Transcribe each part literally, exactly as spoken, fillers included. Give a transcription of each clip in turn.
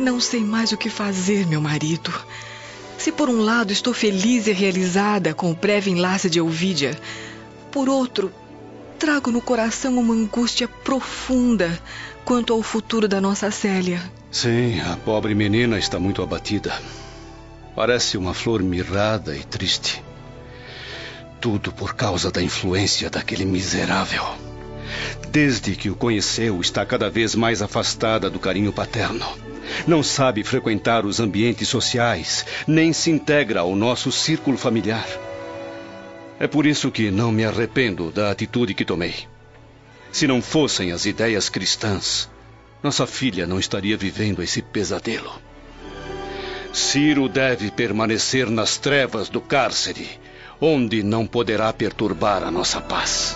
Não sei mais o que fazer, meu marido. Se por um lado estou feliz e realizada com o breve enlace de Elvídia, por outro, trago no coração uma angústia profunda quanto ao futuro da nossa Célia. Sim, a pobre menina está muito abatida. Parece uma flor mirrada e triste. Tudo por causa da influência daquele miserável. Desde que o conheceu, está cada vez mais afastada do carinho paterno. Não sabe frequentar os ambientes sociais, nem se integra ao nosso círculo familiar. É por isso que não me arrependo da atitude que tomei. Se não fossem as ideias cristãs, nossa filha não estaria vivendo esse pesadelo. Ciro deve permanecer nas trevas do cárcere, onde não poderá perturbar a nossa paz.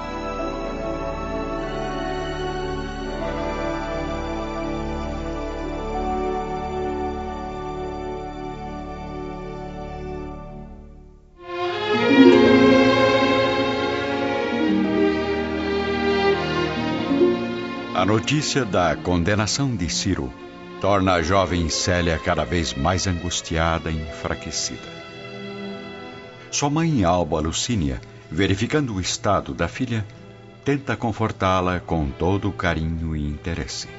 A notícia da condenação de Ciro torna a jovem Célia cada vez mais angustiada e enfraquecida. Sua mãe, Alba Lucínia, verificando o estado da filha, tenta confortá-la com todo o carinho e interesse.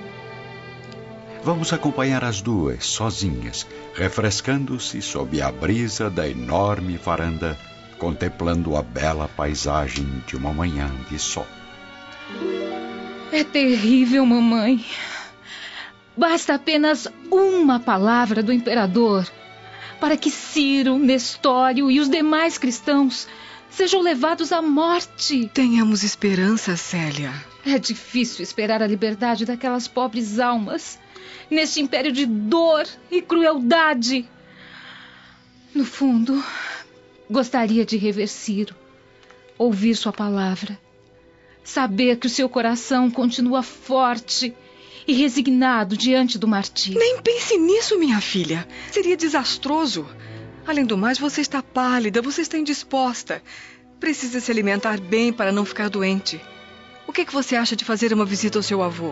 Vamos acompanhar as duas, sozinhas, refrescando-se sob a brisa da enorme varanda, contemplando a bela paisagem de uma manhã de sol. É terrível, mamãe. Basta apenas uma palavra do imperador para que Ciro, Nestório e os demais cristãos sejam levados à morte. Tenhamos esperança, Célia. É difícil esperar a liberdade daquelas pobres almas neste império de dor e crueldade. No fundo, gostaria de rever Ciro, ouvir sua palavra, saber que o seu coração continua forte e resignado diante do martírio. Nem pense nisso, minha filha. Seria desastroso. Além do mais, você está pálida, você está indisposta. Precisa se alimentar bem para não ficar doente. O que, é que você acha de fazer uma visita ao seu avô?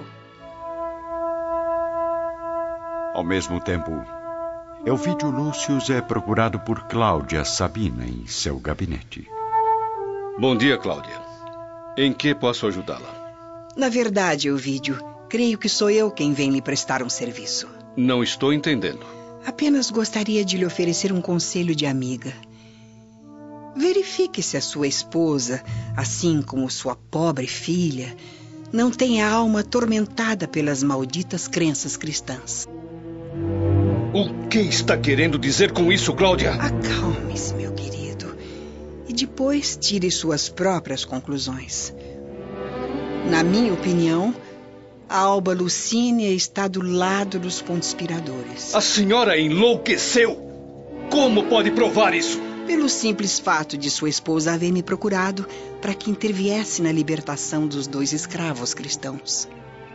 Ao mesmo tempo, Elvídio Lúcius é procurado por Cláudia Sabina em seu gabinete. Bom dia, Cláudia. Em que posso ajudá-la? Na verdade, Elvídio, creio que sou eu quem vem lhe prestar um serviço. Não estou entendendo. Apenas gostaria de lhe oferecer um conselho de amiga. Verifique se a sua esposa, assim como sua pobre filha, não tem a alma atormentada pelas malditas crenças cristãs. O que está querendo dizer com isso, Cláudia? Acalme-se, meu querido, e depois tire suas próprias conclusões. Na minha opinião, a Alba Lucínia está do lado dos conspiradores. A senhora enlouqueceu! Como pode provar isso? Pelo simples fato de sua esposa haver me procurado para que interviesse na libertação dos dois escravos cristãos.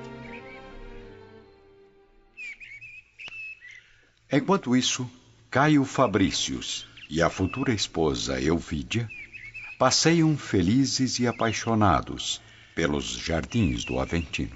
Enquanto isso, Caio Fabricius e a futura esposa Elvídia passeiam felizes e apaixonados pelos jardins do Aventino.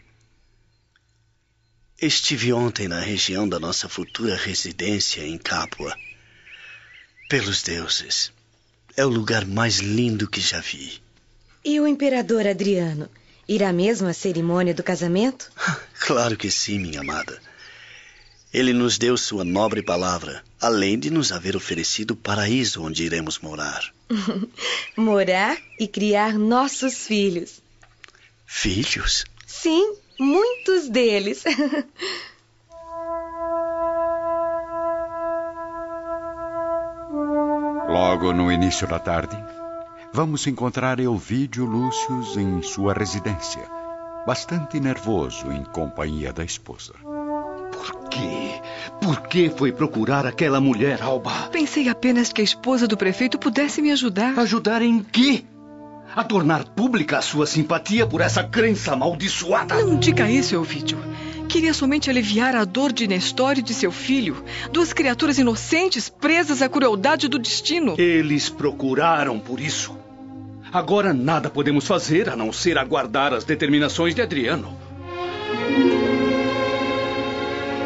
Estive ontem na região da nossa futura residência em Capua. Pelos deuses, é o lugar mais lindo que já vi. E o imperador Adriano irá mesmo à cerimônia do casamento? Claro que sim, minha amada. Ele nos deu sua nobre palavra, além de nos haver oferecido o paraíso onde iremos morar. Morar e criar nossos filhos. Filhos? Sim, muitos deles. Logo no início da tarde, vamos encontrar Elvídio Lúcius em sua residência, bastante nervoso em companhia da esposa. Por quê? Por que foi procurar aquela mulher, Alba? Pensei apenas que a esposa do prefeito pudesse me ajudar. Ajudar em quê? A tornar pública a sua simpatia por essa crença amaldiçoada? Não diga isso, Elvídio. Queria somente aliviar a dor de Nestório e de seu filho, duas criaturas inocentes presas à crueldade do destino. Eles procuraram por isso. Agora nada podemos fazer a não ser aguardar as determinações de Adriano.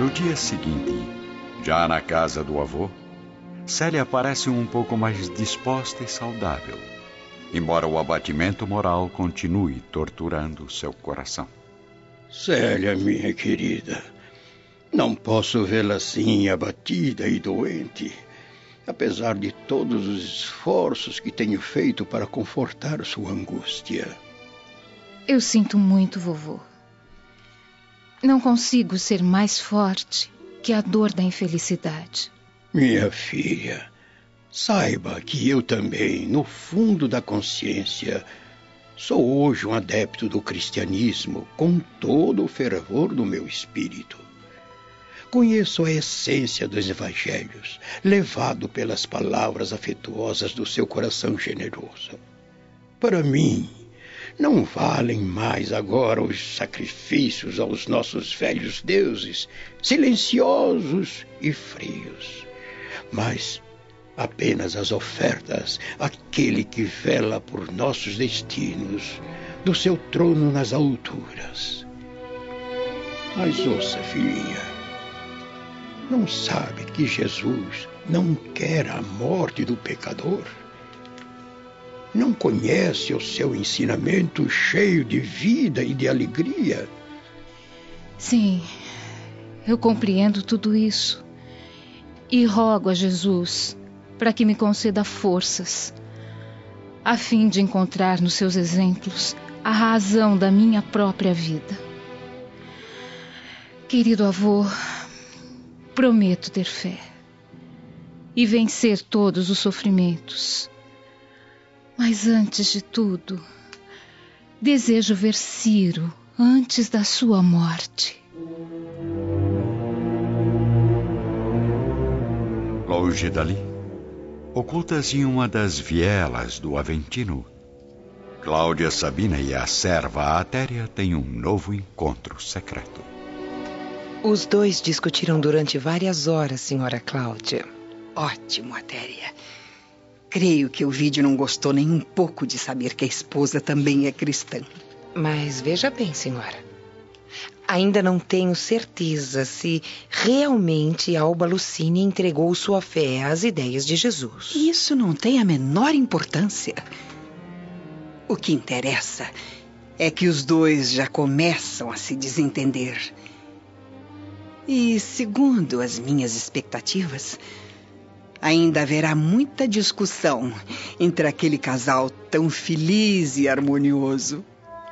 No dia seguinte, já na casa do avô, Célia parece um pouco mais disposta e saudável, embora o abatimento moral continue torturando seu coração. Célia, minha querida, não posso vê-la assim abatida e doente, apesar de todos os esforços que tenho feito para confortar sua angústia. Eu sinto muito, vovô. Não consigo ser mais forte que a dor da infelicidade. Minha filha, saiba que eu também, no fundo da consciência, sou hoje um adepto do cristianismo com todo o fervor do meu espírito. Conheço a essência dos evangelhos, levado pelas palavras afetuosas do seu coração generoso. Para mim, não valem mais agora os sacrifícios aos nossos velhos deuses, silenciosos e frios, mas apenas as ofertas àquele que vela por nossos destinos, do seu trono nas alturas. Mas ouça, filhinha, não sabe que Jesus não quer a morte do pecador? Não conhece o seu ensinamento cheio de vida e de alegria? Sim, eu compreendo tudo isso. E rogo a Jesus para que me conceda forças, a fim de encontrar nos seus exemplos a razão da minha própria vida. Querido avô, prometo ter fé e vencer todos os sofrimentos. Mas antes de tudo, desejo ver Ciro antes da sua morte. Longe dali, ocultas em uma das vielas do Aventino, Cláudia Sabina e a serva Atéria têm um novo encontro secreto. Os dois discutiram durante várias horas, senhora Cláudia. Ótimo, Atéria. Creio que o vídeo não gostou nem um pouco de saber que a esposa também é cristã. Mas veja bem, senhora. Ainda não tenho certeza se realmente Alba Lucínia entregou sua fé às ideias de Jesus. Isso não tem a menor importância. O que interessa é que os dois já começam a se desentender. E, segundo as minhas expectativas, ainda haverá muita discussão entre aquele casal tão feliz e harmonioso.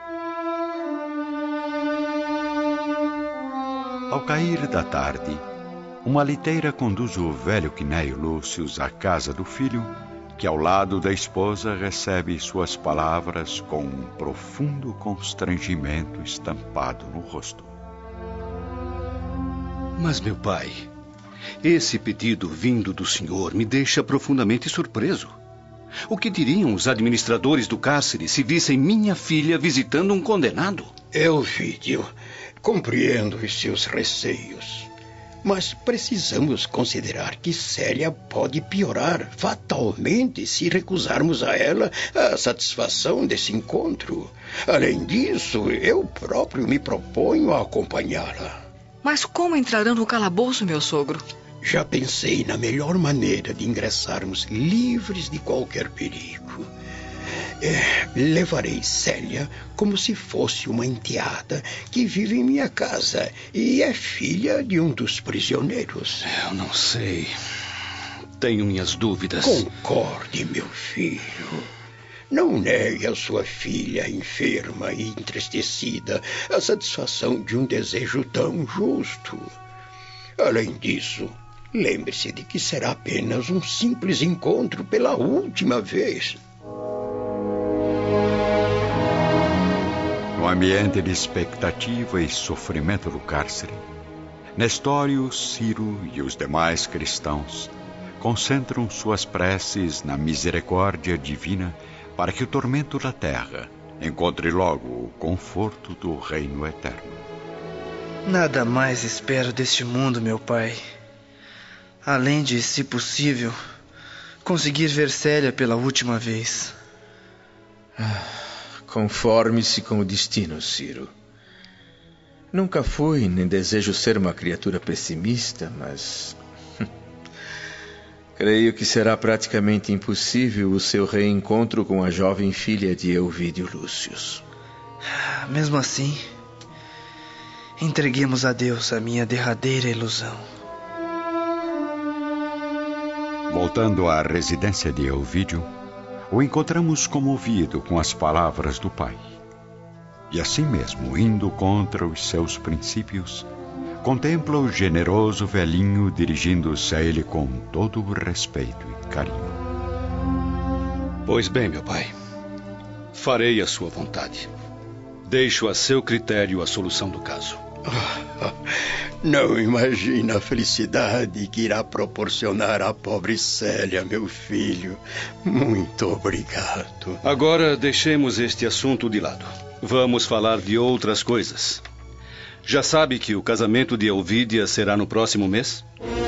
Ao cair da tarde, uma liteira conduz o velho Quinéio Lúcio à casa do filho, que ao lado da esposa recebe suas palavras com um profundo constrangimento estampado no rosto. Mas, meu pai, esse pedido vindo do senhor me deixa profundamente surpreso. O que diriam os administradores do cárcere se vissem minha filha visitando um condenado? Elvídio, compreendo os seus receios, mas precisamos considerar que Célia pode piorar fatalmente se recusarmos a ela a satisfação desse encontro. Além disso, eu próprio me proponho a acompanhá-la. Mas como entrarão no calabouço, meu sogro? Já pensei na melhor maneira de ingressarmos livres de qualquer perigo. É, levarei Célia como se fosse uma enteada que vive em minha casa e é filha de um dos prisioneiros. Eu não sei. Tenho minhas dúvidas. Concorde, meu filho. Não negue a sua filha enferma e entristecida a satisfação de um desejo tão justo. Além disso, lembre-se de que será apenas um simples encontro pela última vez. No ambiente de expectativa e sofrimento do cárcere, Nestório, Ciro e os demais cristãos concentram suas preces na misericórdia divina para que o tormento da terra encontre logo o conforto do reino eterno. Nada mais espero deste mundo, meu pai, além de, se possível, conseguir ver Célia pela última vez. Conforme-se com o destino, Ciro. Nunca fui, nem desejo ser uma criatura pessimista, mas... creio que será praticamente impossível o seu reencontro com a jovem filha de Elvídio Lúcius. Mesmo assim, entreguemos a Deus a minha derradeira ilusão. Voltando à residência de Elvídio, o encontramos comovido com as palavras do pai. E assim mesmo, indo contra os seus princípios, contempla o generoso velhinho dirigindo-se a ele com todo o respeito e carinho. Pois bem, meu pai, farei a sua vontade. Deixo a seu critério a solução do caso. Não imagina a felicidade que irá proporcionar à pobre Célia, meu filho. Muito obrigado. Agora deixemos este assunto de lado. Vamos falar de outras coisas. Já sabe que o casamento de Elvídia será no próximo mês?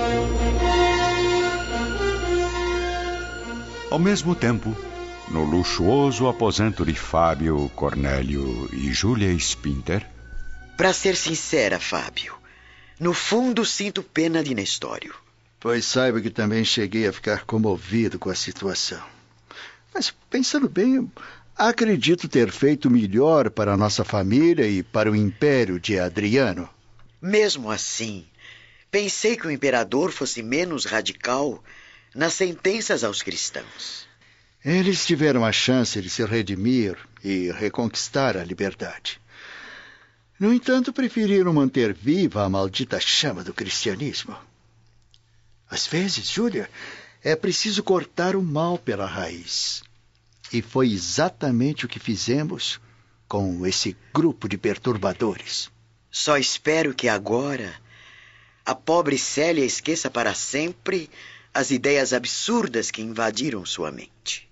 Ao mesmo tempo, no luxuoso aposento de Fábio, Cornélio e Júlia Spinter... Para ser sincera, Fábio, no fundo sinto pena de Nestório. Pois saiba que também cheguei a ficar comovido com a situação. Mas, pensando bem, acredito ter feito melhor para a nossa família e para o império de Adriano. Mesmo assim, pensei que o imperador fosse menos radical nas sentenças aos cristãos. Eles tiveram a chance de se redimir e reconquistar a liberdade. No entanto, preferiram manter viva a maldita chama do cristianismo. Às vezes, Júlia, é preciso cortar o mal pela raiz. E foi exatamente o que fizemos com esse grupo de perturbadores. Só espero que agora a pobre Célia esqueça para sempre as ideias absurdas que invadiram sua mente.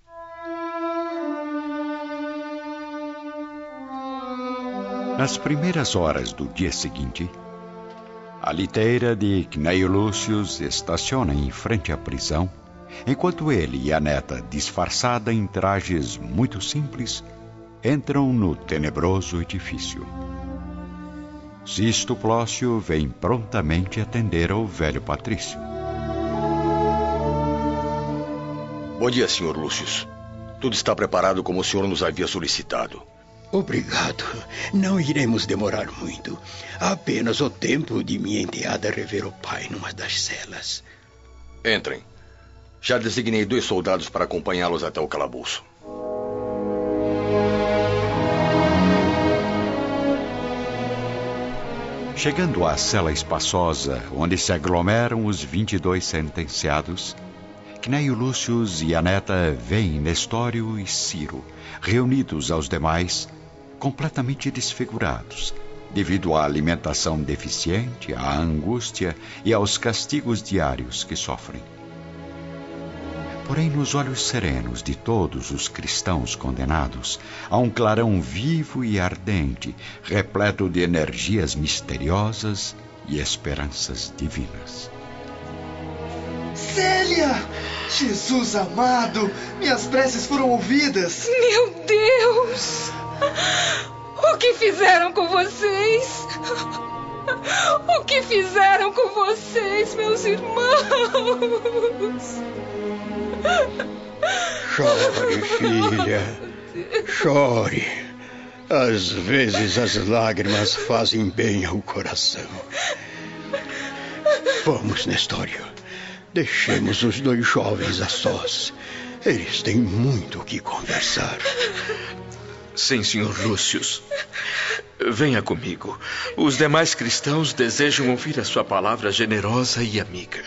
Nas primeiras horas do dia seguinte, a liteira de Cneio Lúcius estaciona em frente à prisão, enquanto ele e a neta, disfarçada em trajes muito simples, entram no tenebroso edifício. Sisto Plócio vem prontamente atender ao velho patrício. Bom dia, senhor Lúcius. Tudo está preparado como o senhor nos havia solicitado. Obrigado. Não iremos demorar muito. Apenas o tempo de minha enteada rever o pai numa das celas. Entrem. Já designei dois soldados para acompanhá-los até o calabouço. Chegando à cela espaçosa, onde se aglomeram os vinte e dois sentenciados, Cneio Lúcius e a neta veem Nestório e Ciro, reunidos aos demais, completamente desfigurados, devido à alimentação deficiente, à angústia e aos castigos diários que sofrem. Porém, nos olhos serenos de todos os cristãos condenados, há um clarão vivo e ardente, repleto de energias misteriosas e esperanças divinas. Célia! Jesus amado! Minhas preces foram ouvidas! Meu Deus! O que fizeram com vocês? O que fizeram com vocês, meus irmãos? Chore, filha. Chore. Às vezes as lágrimas fazem bem ao coração. Vamos, Nestório. Deixemos os dois jovens a sós. Eles têm muito o que conversar. Sim, senhor Lúcius. Venha comigo. Os demais cristãos desejam ouvir a sua palavra generosa e amiga.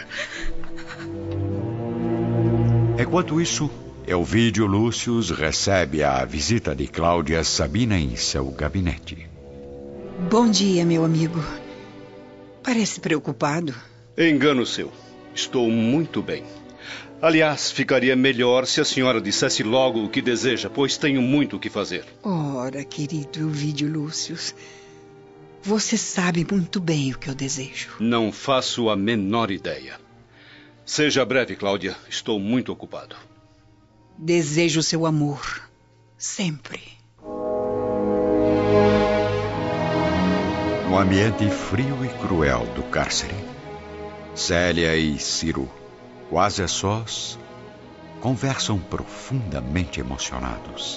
Enquanto isso, Elvídio Lúcius recebe a visita de Cláudia Sabina em seu gabinete. Bom dia, meu amigo. Parece preocupado. Engano seu. Estou muito bem. Aliás, ficaria melhor se a senhora dissesse logo o que deseja, pois tenho muito o que fazer. Ora, querido Elvídio Lúcius, você sabe muito bem o que eu desejo. Não faço a menor ideia. Seja breve, Cláudia. Estou muito ocupado. Desejo seu amor. Sempre. No No ambiente frio e cruel do cárcere, Célia e Ciro, quase a sós, conversam profundamente emocionados.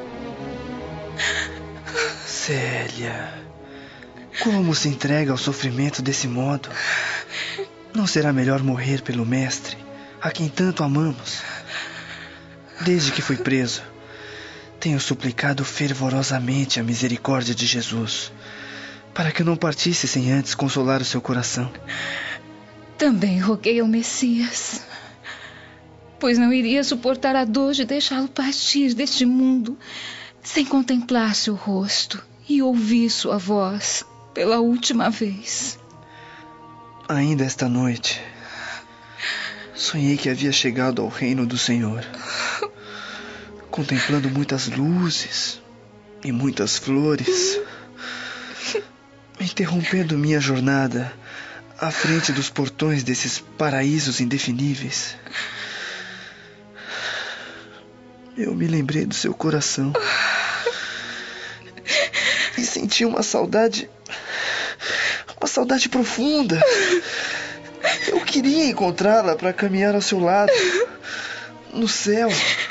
Célia, como se entrega ao sofrimento desse modo? Não será melhor morrer pelo mestre, a quem tanto amamos? Desde que fui preso, tenho suplicado fervorosamente a misericórdia de Jesus, para que eu não partisse sem antes consolar o seu coração. Também roguei ao Messias, pois não iria suportar a dor de deixá-lo partir deste mundo sem contemplar seu rosto e ouvir sua voz pela última vez. Ainda esta noite, sonhei que havia chegado ao reino do Senhor, contemplando muitas luzes e muitas flores, interrompendo minha jornada à frente dos portões desses paraísos indefiníveis. Eu me lembrei do seu coração e senti uma saudade, uma saudade profunda. Eu queria encontrá-la para caminhar ao seu lado, no céu,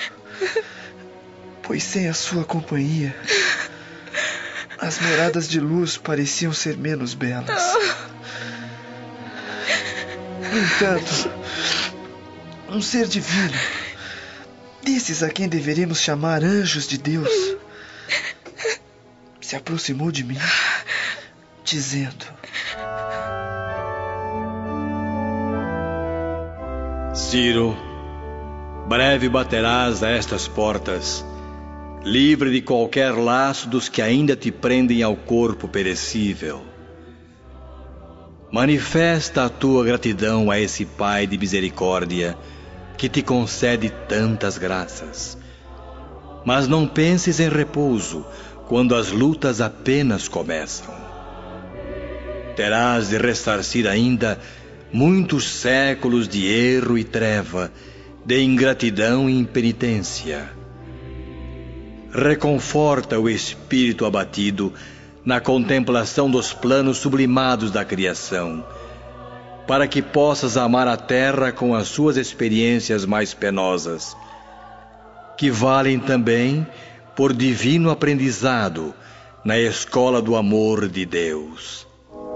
pois sem a sua companhia, as moradas de luz pareciam ser menos belas. No entanto, um ser divino, desses a quem deveremos chamar anjos de Deus, se aproximou de mim, dizendo: Ciro, breve baterás a estas portas, livre de qualquer laço dos que ainda te prendem ao corpo perecível. Manifesta a tua gratidão a esse Pai de misericórdia que te concede tantas graças. Mas não penses em repouso quando as lutas apenas começam. Terás de ressarcir ainda muitos séculos de erro e treva, de ingratidão e impenitência. Reconforta o espírito abatido na contemplação dos planos sublimados da criação, para que possas amar a terra com as suas experiências mais penosas, que valem também por divino aprendizado na escola do amor de Deus.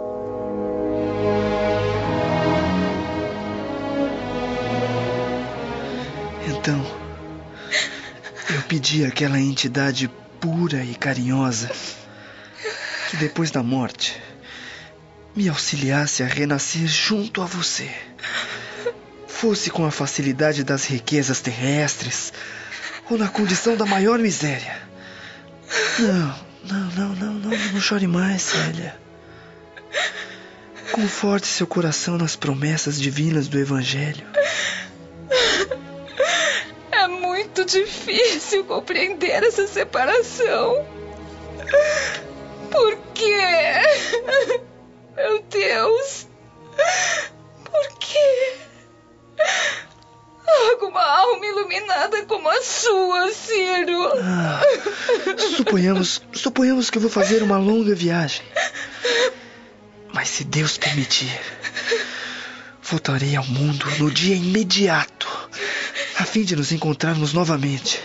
Então, eu pedi àquela entidade pura e carinhosa que depois da morte me auxiliasse a renascer junto a você, fosse com a facilidade das riquezas terrestres ou na condição da maior miséria. Não, não, não, não, não, não chore mais, Célia. Conforte seu coração nas promessas divinas do Evangelho. É muito difícil compreender essa separação. Por quê? Meu Deus! Por quê? Alguma alma iluminada como a sua, Ciro. Ah, suponhamos, suponhamos que eu vou fazer uma longa viagem. Mas se Deus permitir, voltarei ao mundo no dia imediato, a fim de nos encontrarmos novamente.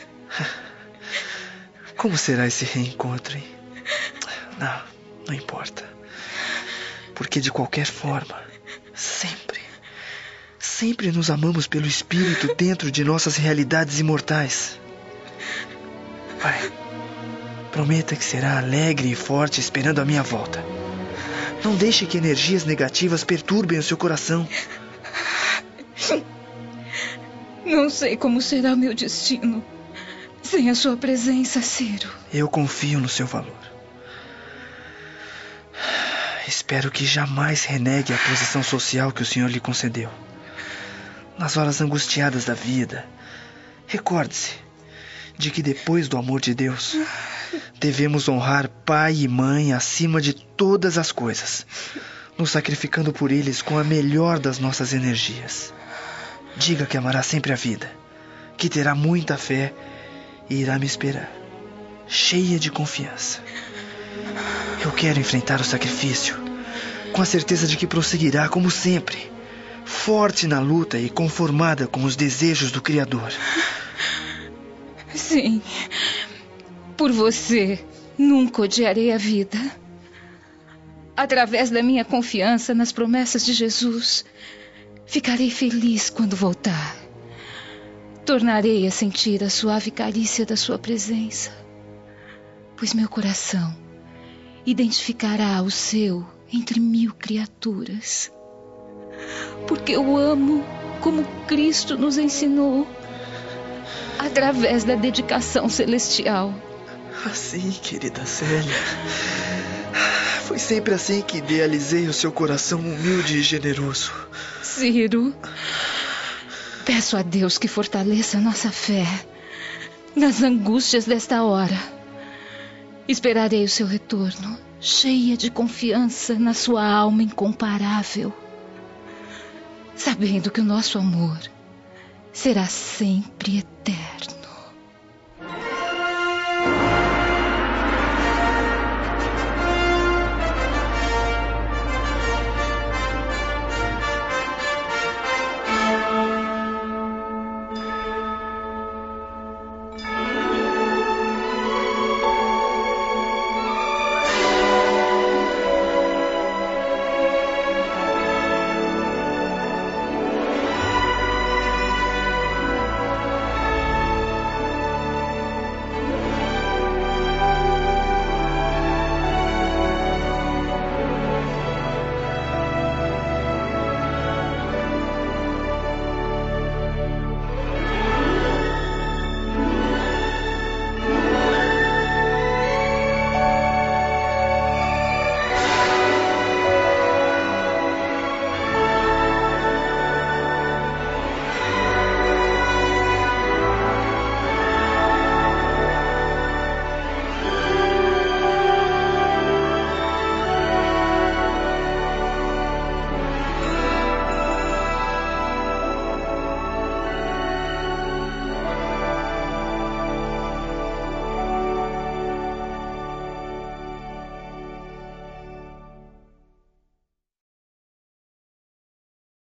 Como será esse reencontro, hein? Não, não importa. Porque de qualquer forma, sempre, sempre nos amamos pelo Espírito dentro de nossas realidades imortais. Pai, prometa que será alegre e forte esperando a minha volta. Não deixe que energias negativas perturbem o seu coração. Não sei como será o meu destino sem a sua presença, Ciro. Eu confio no seu valor. Espero que jamais renegue a posição social que o Senhor lhe concedeu. Nas horas angustiadas da vida, recorde-se de que depois do amor de Deus, devemos honrar pai e mãe acima de todas as coisas, nos sacrificando por eles com a melhor das nossas energias. Diga que amará sempre a vida, que terá muita fé e irá me esperar, cheia de confiança. Eu quero quero enfrentar o sacrifício, com a certeza de que prosseguirá como sempre, forte na luta e conformada com os desejos do Criador. Sim, por você nunca odiarei a vida. Através da minha confiança nas promessas de Jesus, ficarei feliz quando voltar. Tornarei a sentir a suave carícia da sua presença, pois meu coração identificará o seu entre mil criaturas. Porque eu amo como Cristo nos ensinou, através da dedicação celestial. Assim, querida Célia, foi sempre assim que idealizei o seu coração humilde e generoso. Ciro, peço a Deus que fortaleça a nossa fé nas angústias desta hora. Esperarei o seu retorno, cheia de confiança na sua alma incomparável, sabendo que o nosso amor será sempre eterno.